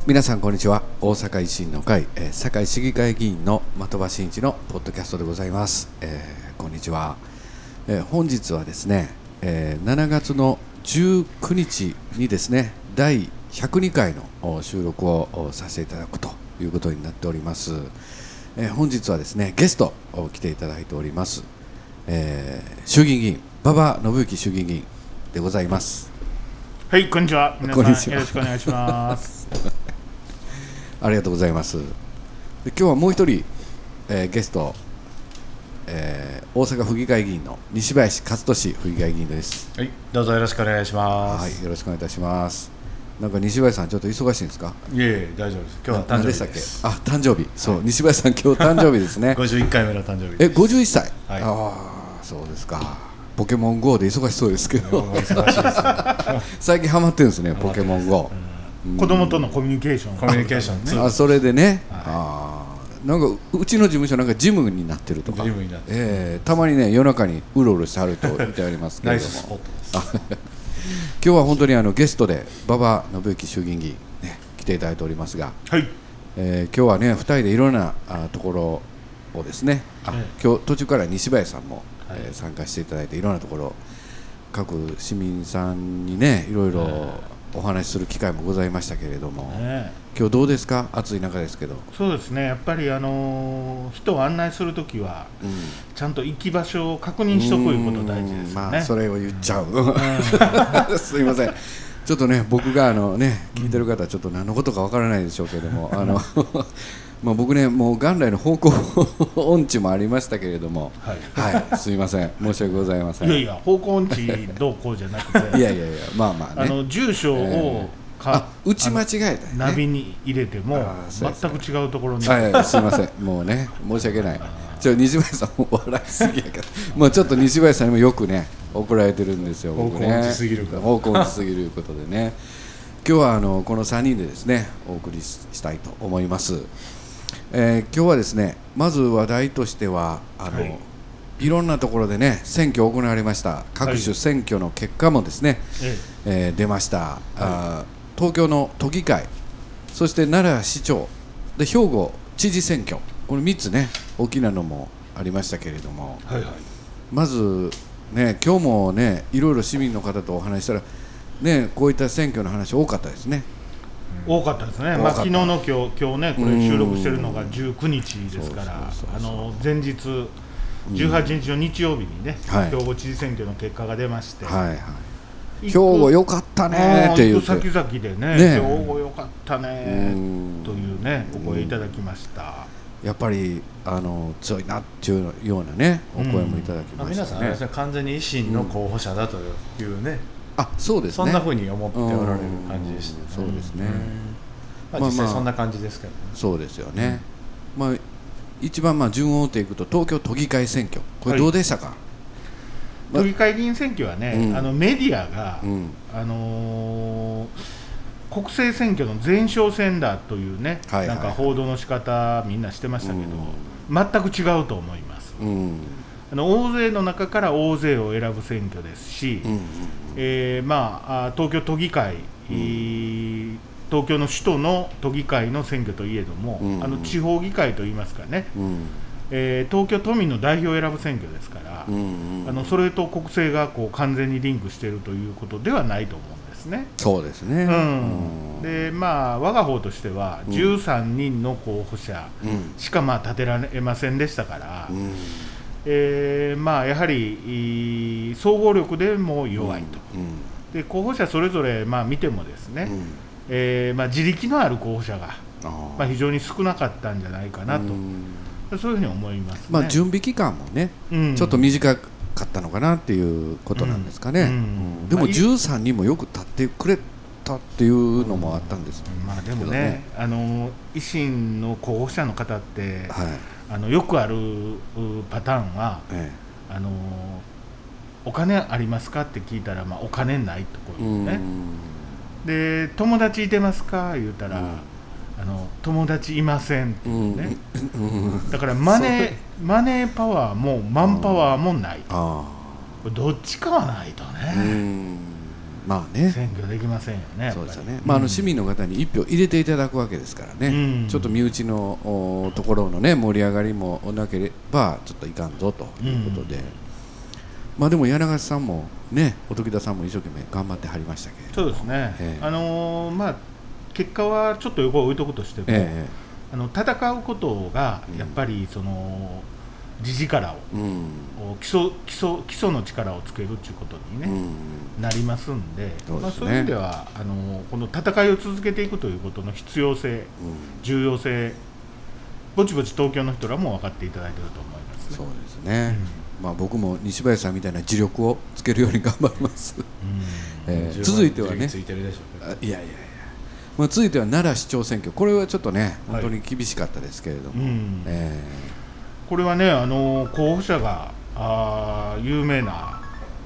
皆さんこんにちは。大阪維新の会、堺市議会議員の的場真一のポッドキャストでございます。こんにちは。本日はですね、7月の19日にですね、第102回の収録をさせていただくということになっております。本日はですね、ゲストを来ていただいております。衆議院議員馬場伸幸衆議院議員でございます。 はい、こんにちは。皆さんよろしくお願いします。 ありがとうございます。で今日はもう一人、ゲスト、大阪府議会議員の西林勝利府議会議員です。 はい、どうぞよろしくお願いします。 はい、よろしくお願いいたします。なんか西林さんちょっと忙しいんですか？ いえ、大丈夫です。今日は誕生日です。 あ、誕生日。そう、西林さん今日誕生日ですね。 51回目の誕生日です。 51歳。 はい、 ああ、そうですか。ポケモン GO で忙しそうですけど。 忙しいですね。 最近ハマってるんですね、ポケモン GO。 子供とのコミュニケーション、 ね、 あ、それでね、 はい、 なんかうちの事務所なんかジムになってるとか、たまにね夜中にうろうろしてはると見てありますけれども、 ナイススポットです。 今日は本当にゲストで馬場伸幸衆議院議員、ね、来ていただいておりますが、 はい、 今日はね2人でいろんなところをですね、今日途中から西林さんも、参加していただいていろんなところ各市民さんにねいろいろお話しする機会もございましたけれども、今日どうですか？暑い中ですけど。 そうですね、やっぱり人を案内するときは、ちゃんと行き場所を確認しておくこと大事ですよね。まあ、 それを言っちゃう、すいません。ちょっとね僕が聞いてる方はちょっと何のことかわからないでしょうけれども、まあ僕ねもう元来の方向音痴もありましたけれども、はい、すいません、申し訳ございません。 いやいや、方向音痴どうこうじゃなくていやいやいや、まあまあね、 住所を打ち間違えた、ね、 ナビに入れても全く違うところに、 すいません、もうね申し訳ない。西林さんも笑いすぎやけど、もうちょっと西林さんにもよくね怒られてるんですよ、僕ね。 方向音痴すぎるから、 方向音痴すぎることでね。今日はこの3人でですねお送りしたいと思います。今日はですね、まず話題としてはいろんなところでね選挙行われました。各種選挙の結果もですね、出ました。東京の都議会、そして奈良市長で兵庫知事選挙、これ3つね大きなのもありましたけれども、まずね今日もねいろいろ市民の方とお話したらね、こういった選挙の話多かったですね。 多かったですね。まあ、昨日の今日ねこれ収録してるのが19日ですから、前日18日の日曜日にね、兵庫知事選挙の結果が出まして、 兵庫良かったねっていう先々でね、兵庫良かったねというねお声いただきました。 やっぱり強いなっていうようなねお声もいただきましたね。 皆さんあれですね、完全に維新の候補者だというね、 そうですね、 そんな風に思っておられる感じでしたね。 そうですね、 実際そんな感じですけどね。 そうですよね。まあ一番順を追っていくと東京都議会選挙、これどうでしたか？ 都議会議員選挙はね、メディアが、国政選挙の前哨戦だというね、なんか報道の仕方みんなしてましたけど、全く違うと思います。大勢の中から大勢を選ぶ選挙ですし、東京都議会、東京の首都の都議会の選挙といえども、地方議会といいますかね、東京都民の代表を選ぶ選挙ですから、それと国政がこう完全にリンクしているということではないと思うんですね。 そうですね。 で我が方としては13人の候補者しか立てられませんでしたから、やはり総合力でも弱いと。で候補者それぞれ見てもですね、自力のある候補者が非常に少なかったんじゃないかなと、そういうふうに思いますね。 準備期間もね、ちょっと短かったのかなっていうことなんですかね。でも13人もよく立ってくれたっていうのもあったんですよ。 でもね、維新の候補者の方って、よくあるパターンは、お金ありますかって聞いたら、お金ないところね。で友達いてますか言うたら、友達いませんっていうね、だからマネーパワーもマンパワーもない、どっちかはないとね。 まあね、 選挙できませんよね。 そうですよね。まあ市民の方に1票入れていただくわけですからね。ちょっと身内のところのね盛り上がりもなければちょっといかんぞということで。まあでも柳ヶさんもね、音喜多さんも一生懸命頑張ってはりましたけど。 そうですね。まあ結果はちょっと横を置いとくとしても、戦うことがやっぱりその地力を、基礎の力をつけるということに、ねなりますんで、そういう意味ではこの戦いを続けていくということの必要性、重要性、ぼちぼち東京の人らも分かっていただいていると思いますね。 そうですね。まあ僕も西林さんみたいな自力をつけるように頑張ります。続いてはね、いや、まあ、続いては奈良市長選挙、これはちょっとね本当に厳しかったですけれども、 これはね候補者が有名な、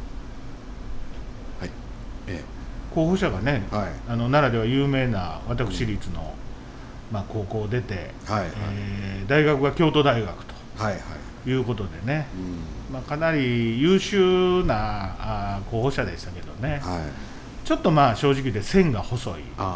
候補者がね、奈良では有名な私立の、まあ、高校を出て、大学が京都大学ということでね、まあ、かなり優秀な候補者でしたけどね、ちょっとまあ正直で線が細い。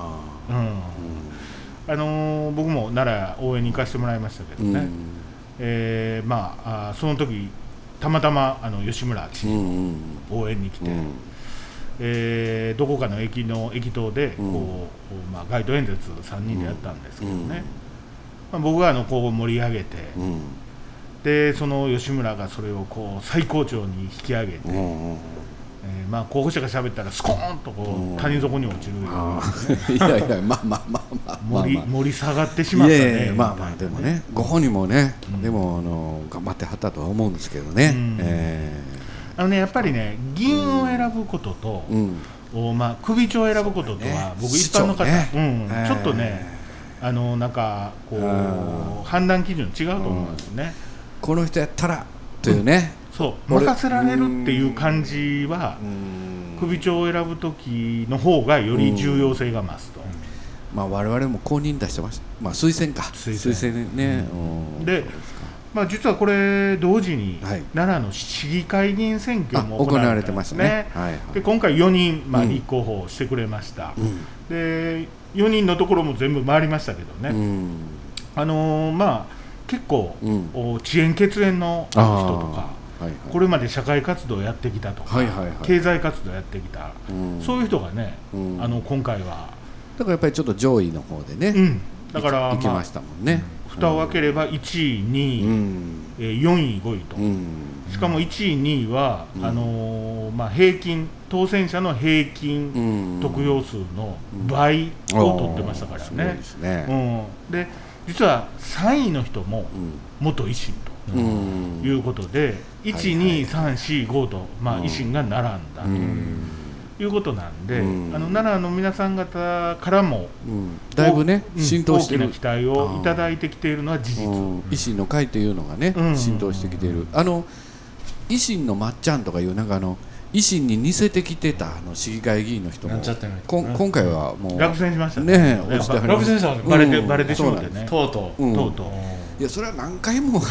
僕も奈良応援に行かせてもらいましたけどね、まあその時たまたま吉村知事を応援に来て、どこかの駅頭でこう、まあ、街頭演説3人でやったんですけどね、まあ、僕がこう盛り上げて、でその吉村がそれをこう最高潮に引き上げて、まあ、候補者が喋ったらスコーンとこう谷底に落ちるような、 いやまあ盛り下がってしまったね。 まあでもね、ご本人もね、でも頑張ってはったとは思うんですけどね。 やっぱりね、議員を選ぶことと、まあ、首長を選ぶこととは、僕一般の方、ちょっとね、なんかこう判断基準違うと思うんですね。 この人やったらというね、 そう任せられるっていう感じは首長を選ぶ時の方がより重要性が増すと。 まあ我々も公認出してました。まあ推薦か。推薦ね。 で、まあ実はこれ同時に奈良の市議会議員選挙も行われてましたね。で今回4人まあ立候補してくれました。で4人のところも全部回りましたけどね。まあ結構遅延血縁の人とか。これまで社会活動をやってきたとか、経済活動をやってきた、そういう人がね、今回はだからやっぱりちょっと上位の方でね、 だから行きましたもんね。 蓋を開ければ1位、2位、4位、5位と、しかも1位、2位はまあ平均当選者の平均得票数の倍を取ってましたからね。で実は3位の人も元維新ということで、1、2、3、4、5と、まあ、維新が並んだということなんで、奈良の皆さん方からも、 だいぶね、浸透してる、 大きな期待をいただいてきているのは事実。 維新の会というのがね、浸透してきている。維新のまっちゃんとかいうなんか維新に似せてきてた市議会議員の人も今回はもう落選しましたね。 落選したのバレてしまってね。 とうとう。 いやそれは何回も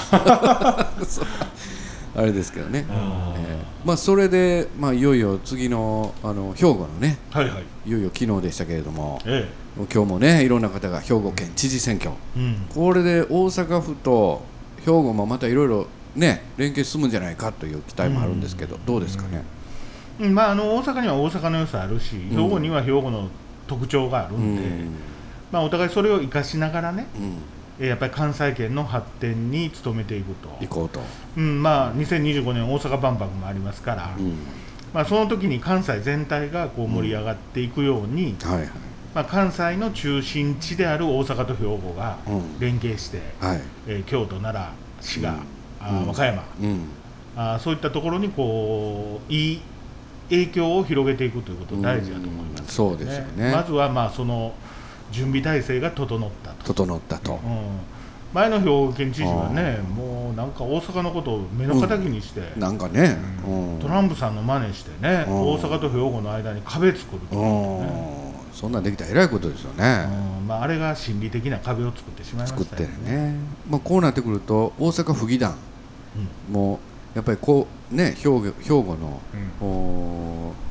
あれですけどね。まあそれでまあいよいよ次の兵庫のね、いよいよ昨日でしたけれども、今日もねいろんな方が兵庫県知事選挙、これで大阪府と兵庫もまたいろいろね連携進むんじゃないかという期待もあるんですけど、どうですかね。 まあ大阪には大阪の良さあるし、兵庫には兵庫の特徴があるんで、まあお互いそれを生かしながらね、やっぱり関西圏の発展に努めていこうと。まあ2025年大阪万博もありますから、まあその時に関西全体がこう盛り上がっていくように、まあ関西の中心地である大阪と兵庫が連携して、京都、奈良、滋賀、和歌山、そういったところにこういい影響を広げていくということが大事だと思います。 そうですよね。 まずはまあその準備体制が整ったと。前の兵庫県知事はね、もうなんか大阪のことを目の敵にして、 なんかね、 トランプさんの真似してね、大阪と兵庫の間に壁作るというね、 そんなんできたらえらいことですよね。 まああれが心理的な壁を作ってしまいましたよね。 作ってね。まあこうなってくると大阪府議団もやっぱりこうね兵庫の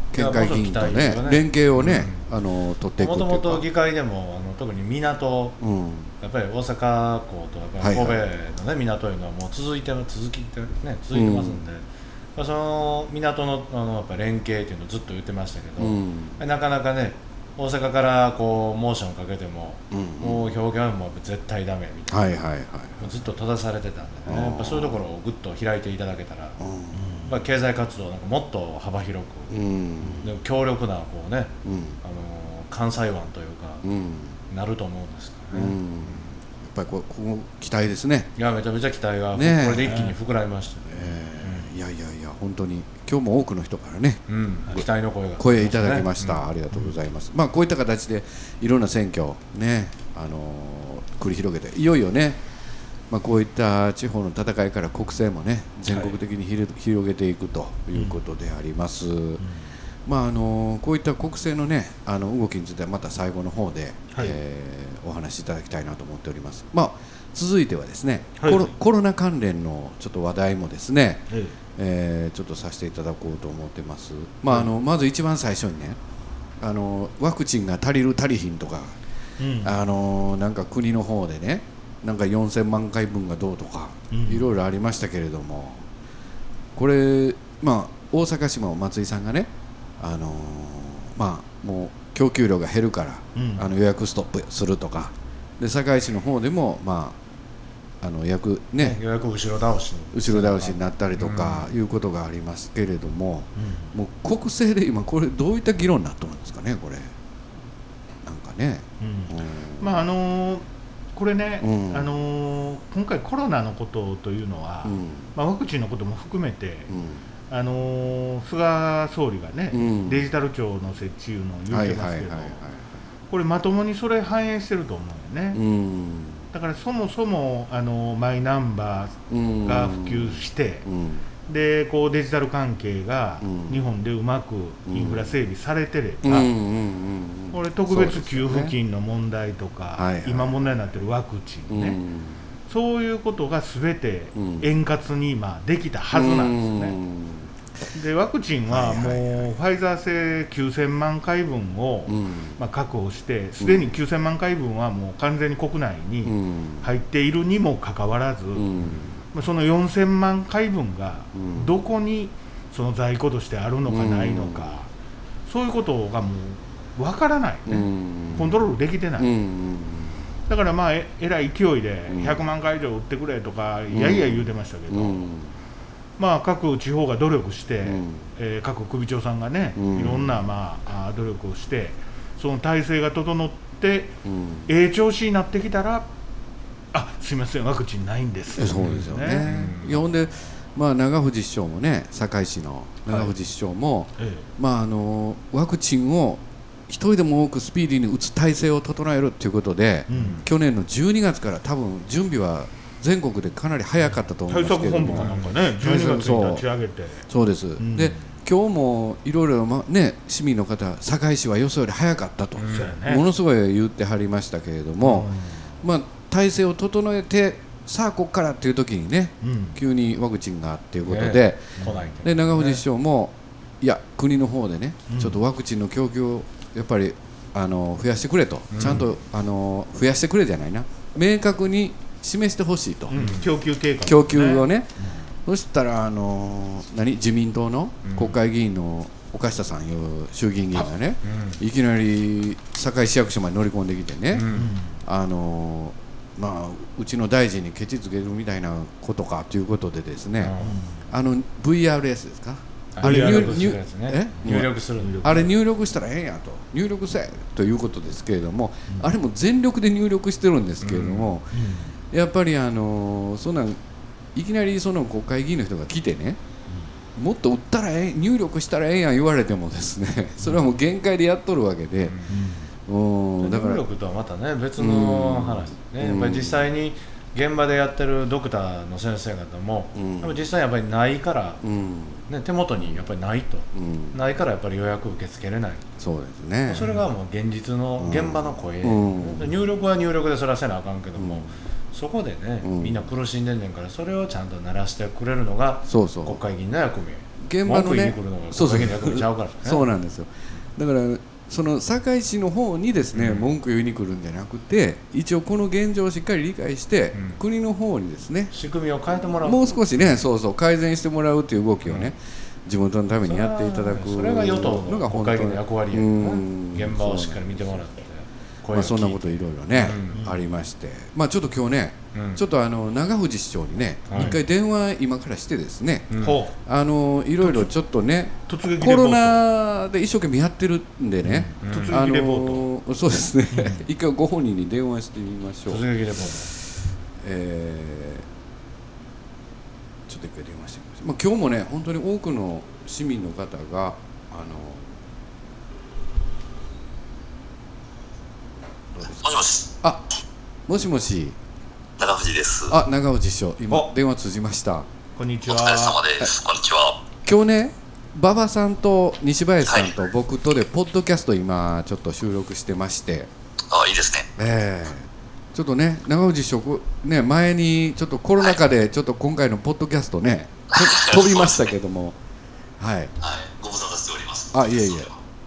県会議員とね連携をね、取っていくっていうか、 もともと議会でも特に港、やっぱり大阪港とやっぱり神戸の、ね港いうのはもう続いてますんで、その港のやっぱ連携っていうのをずっと言ってましたけど、なかなかね大阪からこうモーションかけても、もう表現はもう絶対ダメみたいな、ずっと閉ざされてたんでね、やっぱそういうところをぐっと開いていただけたら、経済活動なんかもっと幅広く、で強力なこうね、関西湾というか、なると思うんですからね。 やっぱりここ期待ですね。 いやめちゃめちゃ期待が、これで一気に膨らみましたね。 いや本当に今日も多くの人からね、 期待の声いただきました、ありがとうございます。こういった形でいろんな選挙ね、繰り広げていよいよね、こういった地方の戦いから国政もね全国的に広げていくということであります。こういった国政のね動きについてはまた最後の方で、お話しいただきたいなと思っております。続いてはですね、コロナ関連のちょっと話題もですね、ちょっとさせていただこうと思ってます。まず一番最初にね、ワクチンが足りる足りひんとか、なんか国の方でね、なんか4000万回分がどうとか、いろいろありましたけれども、これ大阪市も松井さんがね、もう供給量が減るから、予約ストップするとかで、堺市の方でも予約後ろ倒しになったりとかいうことがありますけれども、もう国政で今これどういった議論になってるんですかね、これなんかね。 これね、今回コロナのことというのは、ワクチンのことも含めて、菅総理がね、デジタル庁の設置いうのを言ってますけど、これまともにそれ反映してると思うよね。だからそもそもマイナンバーが普及して、でこうデジタル関係が日本でうまくインフラ整備されてれば、これ特別給付金の問題とか、今問題になっているワクチンね、そういうことが全て円滑にできたはずなんですね。でワクチンはもうファイザー製9000万回分を確保して、すでに9000万回分はもう完全に国内に入っているにもかかわらず、その4000万回分がどこにその在庫としてあるのかないのか、そういうことがもう分からないね、コントロールできてない。だからえらい勢いで100万回以上売ってくれとかいやいや言うてましたけど、各地方が努力して、各首長さんがね、いろんな努力をして、その体制が整って、調子になってきたら、すみませんワクチンないんです。 そうですよね。ほんで長藤市長もね、堺市の長藤市長も、ワクチンを一人でも多くスピーディーに打つ体制を整えるということで、去年の12月から多分準備は全国でかなり早かったと思いますけども、 対策本部かなんかね、12月に立ち上げて、 そうです、で今日もいろいろ市民の方、堺市はよそより早かったと、ものすごい言ってはりましたけれども、体制を整えてさあここからっていう時にね、急にワクチンがっていうことで、で長藤市長もいや国の方でね、ちょっとワクチンの供給をやっぱり増やしてくれと、ちゃんと増やしてくれじゃないな、明確に示してほしいと、 供給計画、 供給をね。そしたら自民党の国会議員の岡下さんいう衆議院議員がね、いきなり堺市役所まで乗り込んできてね、うちの大臣にケチつけるみたいなことかということでですね、VRS ですか、 あれ入力する、 あれ入力したらええんやと、入力せえということですけれども、あれも全力で入力してるんですけれども、やっぱりそんなんいきなりその国会議員の人が来てね、もっと打ったら入力したらええやん言われてもですね、それはもう限界でやっとるわけで、 だから入力とはまたね別の話ね、やっぱり実際に現場でやってるドクターの先生方も、実際やっぱりないから、手元にやっぱりないと、ないからやっぱり予約受け付けれない。 そうですね。 それがもう現実の現場の声、入力は入力でそれはせなあかんけども、そこでね、みんな苦しんでんねんから、それをちゃんと鳴らしてくれるのが国会議員の役目現場のね、 そうそう、 そうなんですよ。だからその堺市の方にですね、文句言いに来るんじゃなくて、一応この現状をしっかり理解して、国の方にですね仕組みを変えてもらう、 もう少しね、そうそう改善してもらうという動きをね、地元のためにやっていただくそれが与党のがの国会議員の役割やな。現場をしっかり見てもらって、 そんなこといろいろね、ありまして、ちょっと今日ね、ちょっと長藤市長にね、一回電話今からしてですね、いろいろちょっとね、コロナで一生懸命やってるんでね、 突撃レポート、 そうですね、一回ご本人に電話してみましょう。 突撃レポート、 ちょっと一回電話してみましょう。今日もね、本当に多くの市民の方がどうですか。 もしもし。 もしもし。 長藤です。 長藤市長、今電話通じました。 こんにちは。 お疲れ様です。こんにちは。 今日ね、馬場さんと西林さんと僕とでポッドキャスト今ちょっと収録してまして。 いいですね。 ちょっとね、長藤市長ね、前にちょっとコロナ禍でちょっと今回のポッドキャストね、飛びましたけども、はい。 ご無沙汰しております。 いえいえ。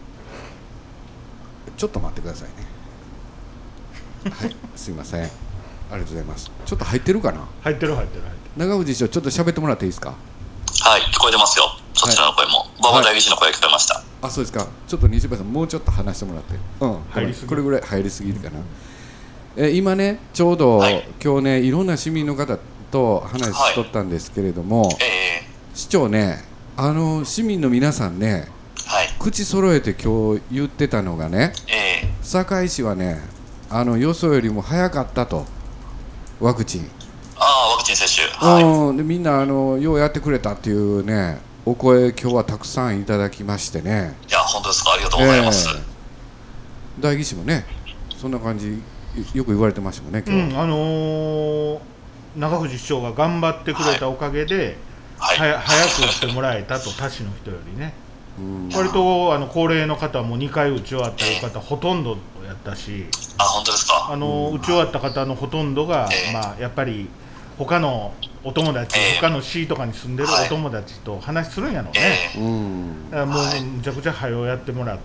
ちょっと待ってくださいね。はい、すいません。ありがとうございます。ちょっと入ってるかな。 入ってる。 長藤市長、ちょっと喋ってもらっていいですか。 はい、聞こえてますよ。そちらの声も、馬場代議士の声が聞こえました。 そうですか。ちょっと西林さん、もうちょっと話してもらって。これぐらい入りすぎるかな。今ね、ちょうど、今日ね、いろんな市民の方と話しとったんですけれども、市長ね、市民の皆さんね、口揃えて今日言ってたのがね、堺市はね、よそよりも早かったと、ワクチン。 ワクチン接種。 でみんなようやってくれたっていうね、お声今日はたくさんいただきましてね。 いや、本当ですか。ありがとうございます。 代議士もね、そんな感じよく言われてましたもんね。今日長藤市長が頑張ってくれたおかげで、早く打ってもらえたと、他市の人よりね。割と高齢の方も2回打ち終わった方、ほとんどやったし、 本当ですか。 打ち終わった方のほとんどが、やっぱり他のお友達、他の市とかに住んでるお友達と話するんやろうね。だからもうむちゃくちゃ早うやってもらって、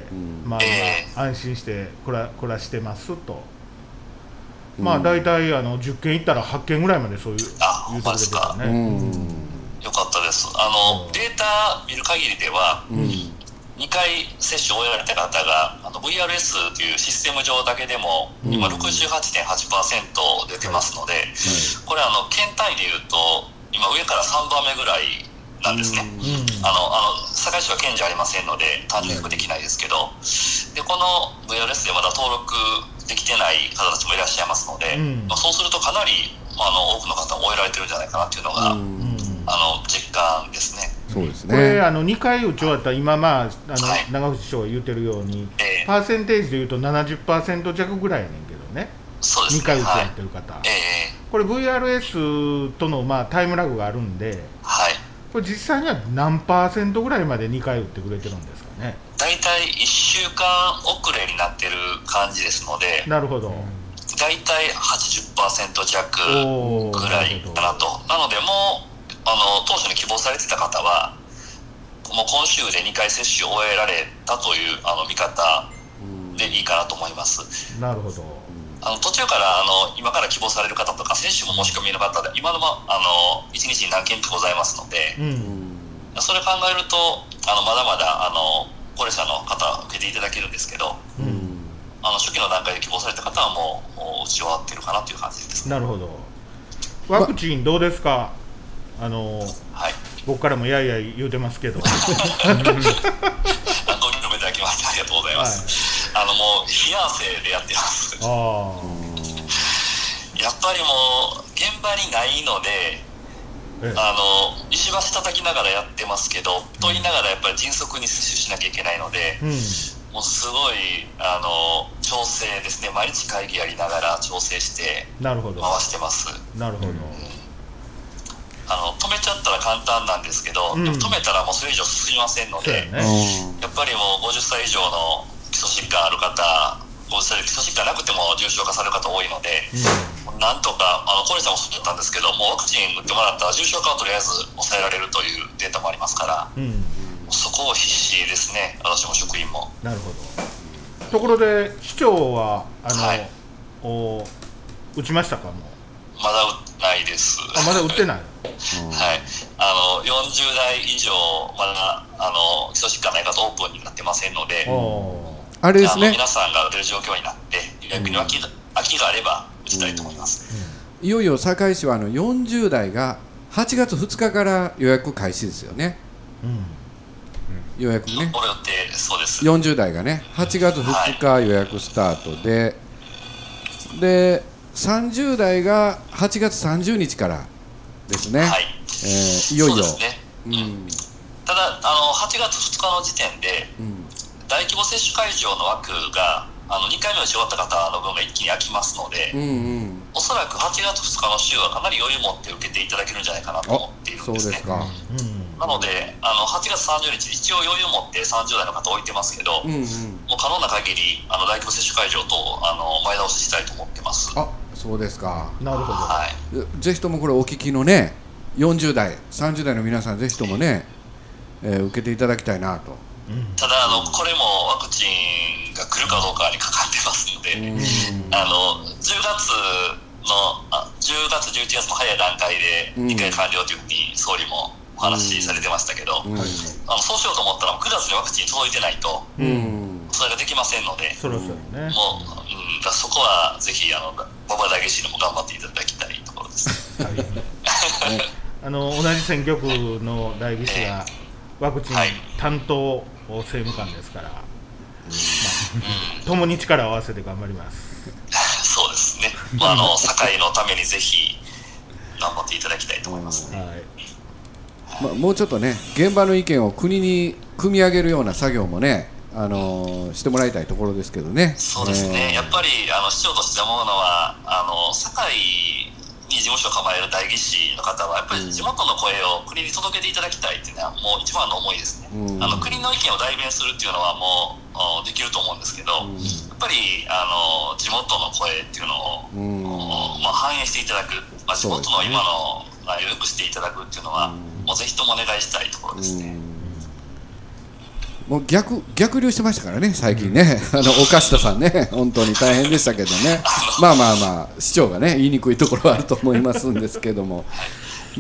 安心して暮らしてますと。大体10件いったら8件ぐらいまでそういう言うところでたね。 よかったです。データ見る限りでは、2回接種を終えられた方がVRS というシステム上だけでも今 68.8% 出てますので、これ県単位でいうと今上から3番目ぐらいなんですね。堺市は県じゃありませんので単純比較できないですけど、でこの VRS でまだ登録できてない方たちもいらっしゃいますので、そうするとかなり多くの方も終えられてるんじゃないかなというのが実感ですね。 そうですね。 これ2回打ち終わった今長藤市長が言うてるように、パーセンテージでいうと 70% 弱ぐらいやねんけどね。 そうですね。 2回打ち終わってる方。これ VRS とのタイムラグがあるんで、これ実際には何%ぐらいまで2回打ってくれてるんですかね。 だいたい1週間遅れになってる感じですので。 なるほど。 だいたい 80% 弱ぐらいかなと。なのでもう当初に希望されてた方はもう今週で2回接種を終えられたという見方でいいかなと思います。 なるほど。 途中から今から希望される方とか先週も申し込みの方で今の1日に何件かございますので、それを考えるとまだまだ高齢者の方受けていただけるんですけど、初期の段階で希望された方はもう打ち終わってるかなという感じですね。 なるほど。ワクチンどうですか。僕からもやいやい言うてますけど。ご認めいただきましてありがとうございます。もう非難性でやってます。やっぱりもう現場にないので、石橋叩きながらやってますけど、と言いながらやっぱり迅速に接種しなきゃいけないので、もうすごい調整ですね。毎日会議やりながら調整して回してます。 なるほど。 止めちゃったら簡単なんですけど、止めたらもうそれ以上進みませんので、やっぱりもう50歳以上の基礎疾患ある方、50歳基礎疾患なくても重症化される方多いので、なんとか高齢者もそうだったんですけど、もうワクチン打ってもらったら重症化をとりあえず抑えられるというデータもあります。 ますから、そこを必死ですね、私も職員も。 なるほど。ところで市長は打ちましたか？もうまだ打ってないです。 まだ打ってない。 はい、40代以上まだ基礎疾患ない方オープンになってませんので、 あれですね、 皆さんが打てる状況になって予約に空きがあれば打ちたいと思います。 いよいよ堺市は40代が8月2日から予約開始ですよね。予約ね。 そうです。 40代がね、8月2日予約スタートで、で30代が8月30日からですね。はい。いよいよ。そうですね。 ただ8月2日の時点で、大規模接種会場の枠が2回目を終わった方の分が一気に空きますので、おそらく8月2日の週はかなり余裕を持って受けていただけるんじゃないかなと思っているんですね。 そうですか。 なので8月30日一応余裕を持って30代の方置いてますけど、もう可能な限り大規模接種会場と前倒ししたいと思ってます。 あ、そうですか。 なるほど。 はい。 ぜひともこれお聞きのね、40代、30代の皆さんぜひともね、受けていただきたいなと。 ただこれもワクチンが来るかどうかにかかってますので、10月11月の早い段階で2回完了というふうに総理もお話しされてましたけど、そうしようと思ったら9月にワクチン届いてないと、それができませんので、 そろそろね、 もう、そこはぜひ馬場代議士にも頑張っていただきたいところです。 同じ選挙区の代議士がワクチン担当政務官ですから、共に力を合わせて頑張ります。 そうですね。堺のためにぜひ頑張っていただきたいと思いますね。 もうちょっとね、現場の意見を国に組み上げるような作業もね、してもらいたいところですけどね。 そうですね。やっぱり市長として思うのは堺に事務所を構える代議士の方はやっぱり地元の声を国に届けていただきたいっていうのはもう一番の思いですね。国の意見を代弁するっていうのはもうできると思うんですけど、やっぱり地元の声っていうのを反映していただく、地元の今の良くしていただくっていうのはもうぜひともお願いしたいところですね。 もう逆流してましたからね、最近ね、岡下さんね、本当に大変でしたけどね、まあ、市長がね、言いにくいところはあると思いますんですけども、 100%、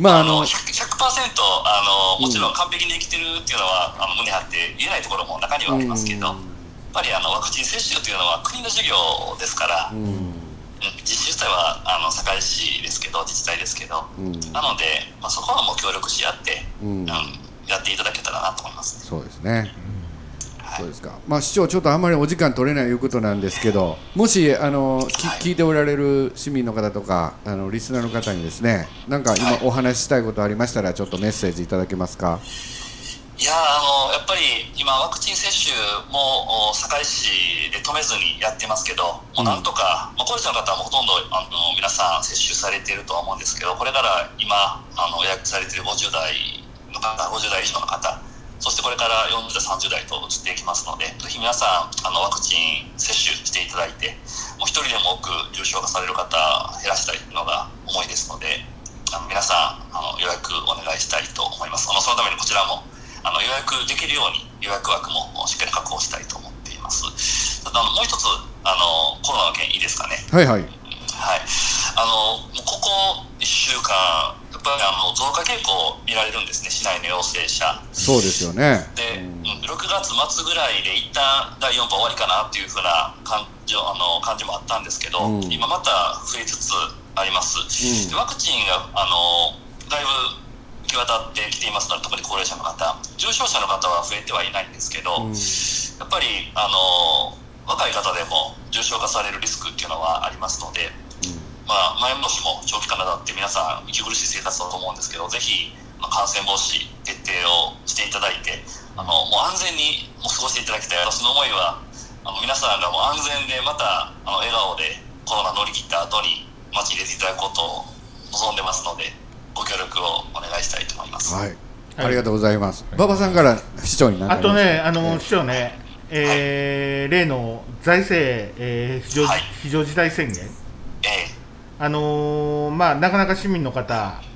もちろん完璧に生きてるっていうのは胸張って言えないところも中にはありますけど、やっぱりワクチン接種というのは国の事業ですから、実施自体は堺市ですけど、自治体ですけど、なので、そこはもう協力し合って、やっていただけたらなと思います。 そうですね。そうですか。市長ちょっとあんまりお時間取れないいうことなんですけど、もし聞いておられる市民の方とかリスナーの方にですね、なんか今お話ししたいことありましたらちょっとメッセージいただけますか。 いややっぱり今ワクチン接種も堺市で止めずにやってますけど、もうなんとか、高齢者の方はもうほとんど皆さん接種されているとは思うんですけど、これから今予約されている50代の方、50代以上の方、そしてこれから40代、30代と移っていきますので、ぜひ皆さんワクチン接種していただいて、もう一人でも多く重症化される方減らしたいというのが思いですので、皆さん予約お願いしたいと思います。そのためにこちらも予約できるように予約枠もしっかり確保したいと思っています。ただもう一つコロナの件いいですかね。 はいはい。 はい、ここ1週間やっぱり増加傾向見られるんですね、市内の陽性者。 そうですよね。 で、6月末ぐらいで一旦第4波終わりかなっていう風な感じもあったんですけど、今また増えつつあります。でワクチンがだいぶ行き渡ってきていますので、特に高齢者の方、重症者の方は増えてはいないんですけど、やっぱり若い方でも重症化されるリスクっていうのはありますので、前もしも長期間になって皆さん息苦しい生活だと思うんですけど、ぜひ感染防止徹底をしていただいて、もう安全に過ごしていただきたい。私の思いは皆さんがもう安全でまた笑顔でコロナ乗り切った後に街に出ていただくことを望んでますので、ご協力をお願いしたいと思います。 はい、ありがとうございます。馬場さんから市長になります。 あとね、市長ね、例の財政、非常事態宣言、なかなか市民の方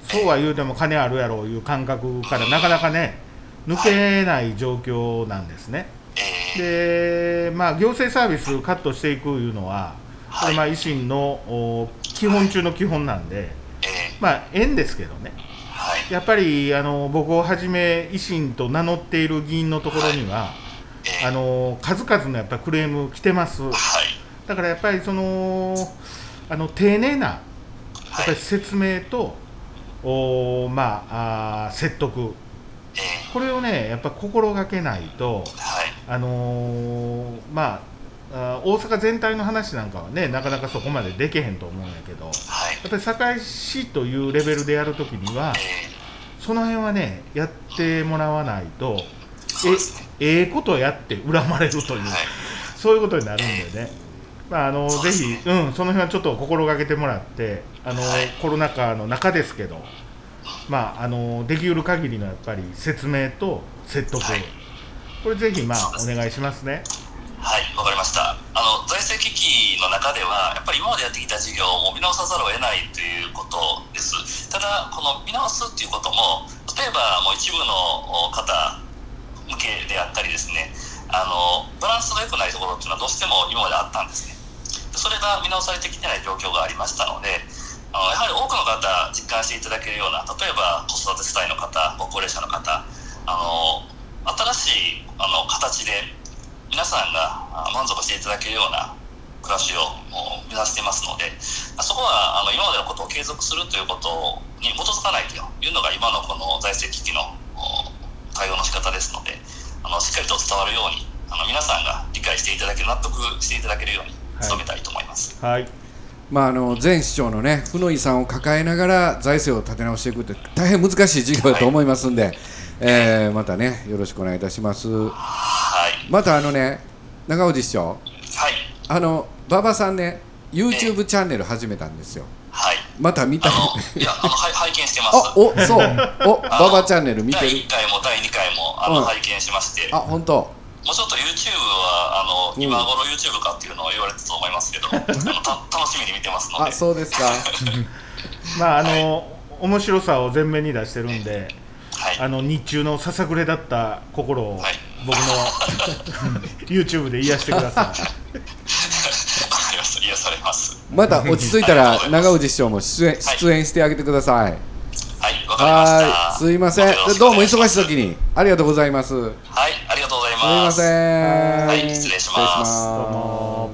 そうは言うても金あるやろういう感覚からなかなかね抜けない状況なんですね。でまあ行政サービスカットしていくいうのはこれまあ維新の基本中の基本なんでまあ縁ですけどね、やっぱり僕をはじめ維新と名乗っている議員のところには数々のやっぱりクレーム来てます。だからやっぱりその丁寧なやっぱり説明とまあ説得、これをねやっぱ心がけないと、まあ大阪全体の話なんかはねなかなかそこまでできへんと思うんやけど、やっぱり堺市というレベルでやるときにはその辺はねやってもらわないとことやって恨まれるという、そういうことになるんでね、まあぜひ、その辺はちょっと心がけてもらってコロナ禍の中ですけど、まあできうる限りのやっぱり説明と説得、これぜひまあお願いしますね。 はい、わかりました。財政危機の中ではやっぱり今までやってきた事業を見直さざるを得ないということです。ただこの見直すっていうことも例えばもう一部の方向けであったりですね、バランスが良くないところっていうのはどうしても今まであったんですね。それが見直されてきてない状況がありましたので、やはり多くの方実感していただけるような、例えば子育て世帯の方、ご高齢者の方、新しい形で皆さんが満足していただけるような暮らしを目指していますので、そこは今までのことを継続するということに基づかないというのが今のこの財政危機の対応の仕方ですので、しっかりと伝わるように皆さんが理解していただける、納得していただけるように努めたいと思います。 はい、 まあ、前市長のね負の遺産を抱えながら財政を立て直していくって大変難しい事業だと思いますんで、またねよろしくお願いいたします。また長氏市長、馬場さんね YouTube チャンネル始めたんですよ。また見たいや拝見してます。 そう馬場チャンネル見てる。 第1回も第2回も拝見しまして、 本当もうちょっと YouTube は今頃 YouTube かっていうのを言われてたと思いますけど楽しみに見てますので。 そうですかまあ面白さを前面に出してるんで、日中のささくれだった心を僕のYouTube で癒してください。 癒されます。 また落ち着いたら長氏市長も出演してあげてください。 はい、わかりました。 すいません、どうも忙しい時にありがとうございます。 はい、ありがとうございます。 すいません。 はい、失礼します。 どうも。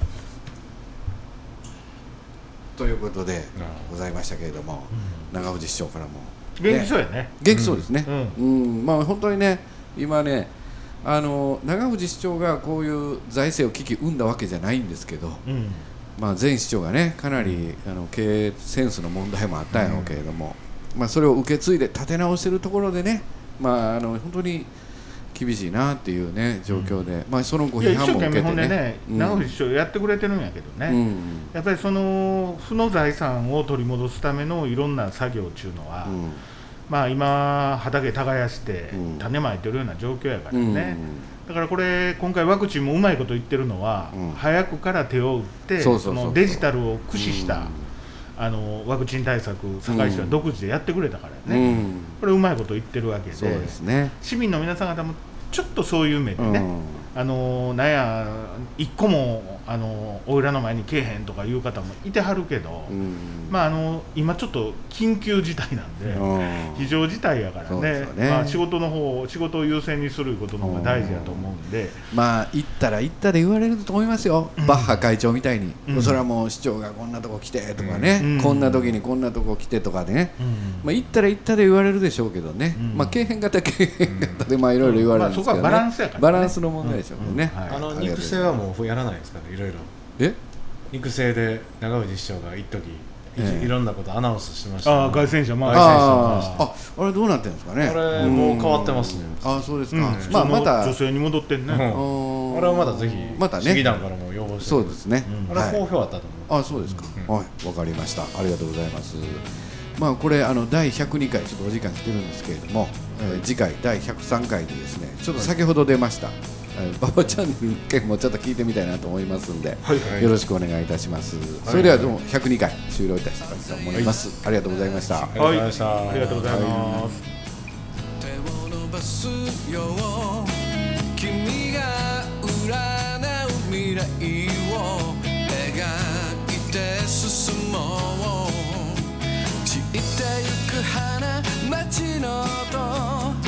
ということでございましたけれども、長氏市長からも元気そうやね。 元気そうですね。まあ本当にね今ね長氏市長がこういう財政を危機生んだわけじゃないんですけど、まあ前市長がねかなり経営センスの問題もあったんやろうけれども、まあそれを受け継いで立て直してるところでね、まあ本当に厳しいなっていうね状況で、まあそのご批判も受けてね。 一生懸命ほんでね長氏市長やってくれてるんやけどね、やっぱりその負の財産を取り戻すためのいろんな作業っていうのは、まあ今畑耕して種まいてるような状況やからね、だからこれ今回ワクチンもうまいこと言ってるのは、早くから手を打ってそのデジタルを駆使したワクチン対策堺市は独自でやってくれたからね、これうまいこと言ってるわけで、 そうですね、 市民の皆さん方もちょっとそういう目でね、なんや一個もおいらの前に来えへんとかいう方もいてはるけど、まあ今ちょっと緊急事態なんで非常事態やからね、まあ仕事を優先にすることの方が大事だと思うんで、まあ行ったら行ったで言われると思いますよ、バッハ会長みたいに、それはもう市長がこんなとこ来てとかね、こんな時にこんなとこ来てとかね、まあ行ったら行ったで言われるでしょうけどね、まあ経営型でまあいろいろ言われるんですけどね、 バランスやからね、 バランスの問題でしょうね。 肉声はもうやらないですかね、いろいろ。肉声で長氏市長が一時いろんなことアナウンスしてましたね。 凱旋車回あれどうなってるんですかね。 あれもう変わってますね。 そうですか。まあまた女性に戻ってんね。あれはまだぜひ市議団からも要望して。 そうですね。 あれは好評あったと思う。 そうですか。はい、わかりました。ありがとうございます。まあこれ第102回ちょっとお時間来てるんですけれども、次回第103回でですね、ちょっと先ほど出ました馬場ちゃんに意見もちょっと聞いてみたいなと思いますんで、 はいはい、 よろしくお願いいたします。それではどうも102回終了いたしたいと思います。ありがとうございました。 はい、ありがとうございます。 手を伸ばすよ、君が占う未来を描いて進もう。散ってゆく花街の音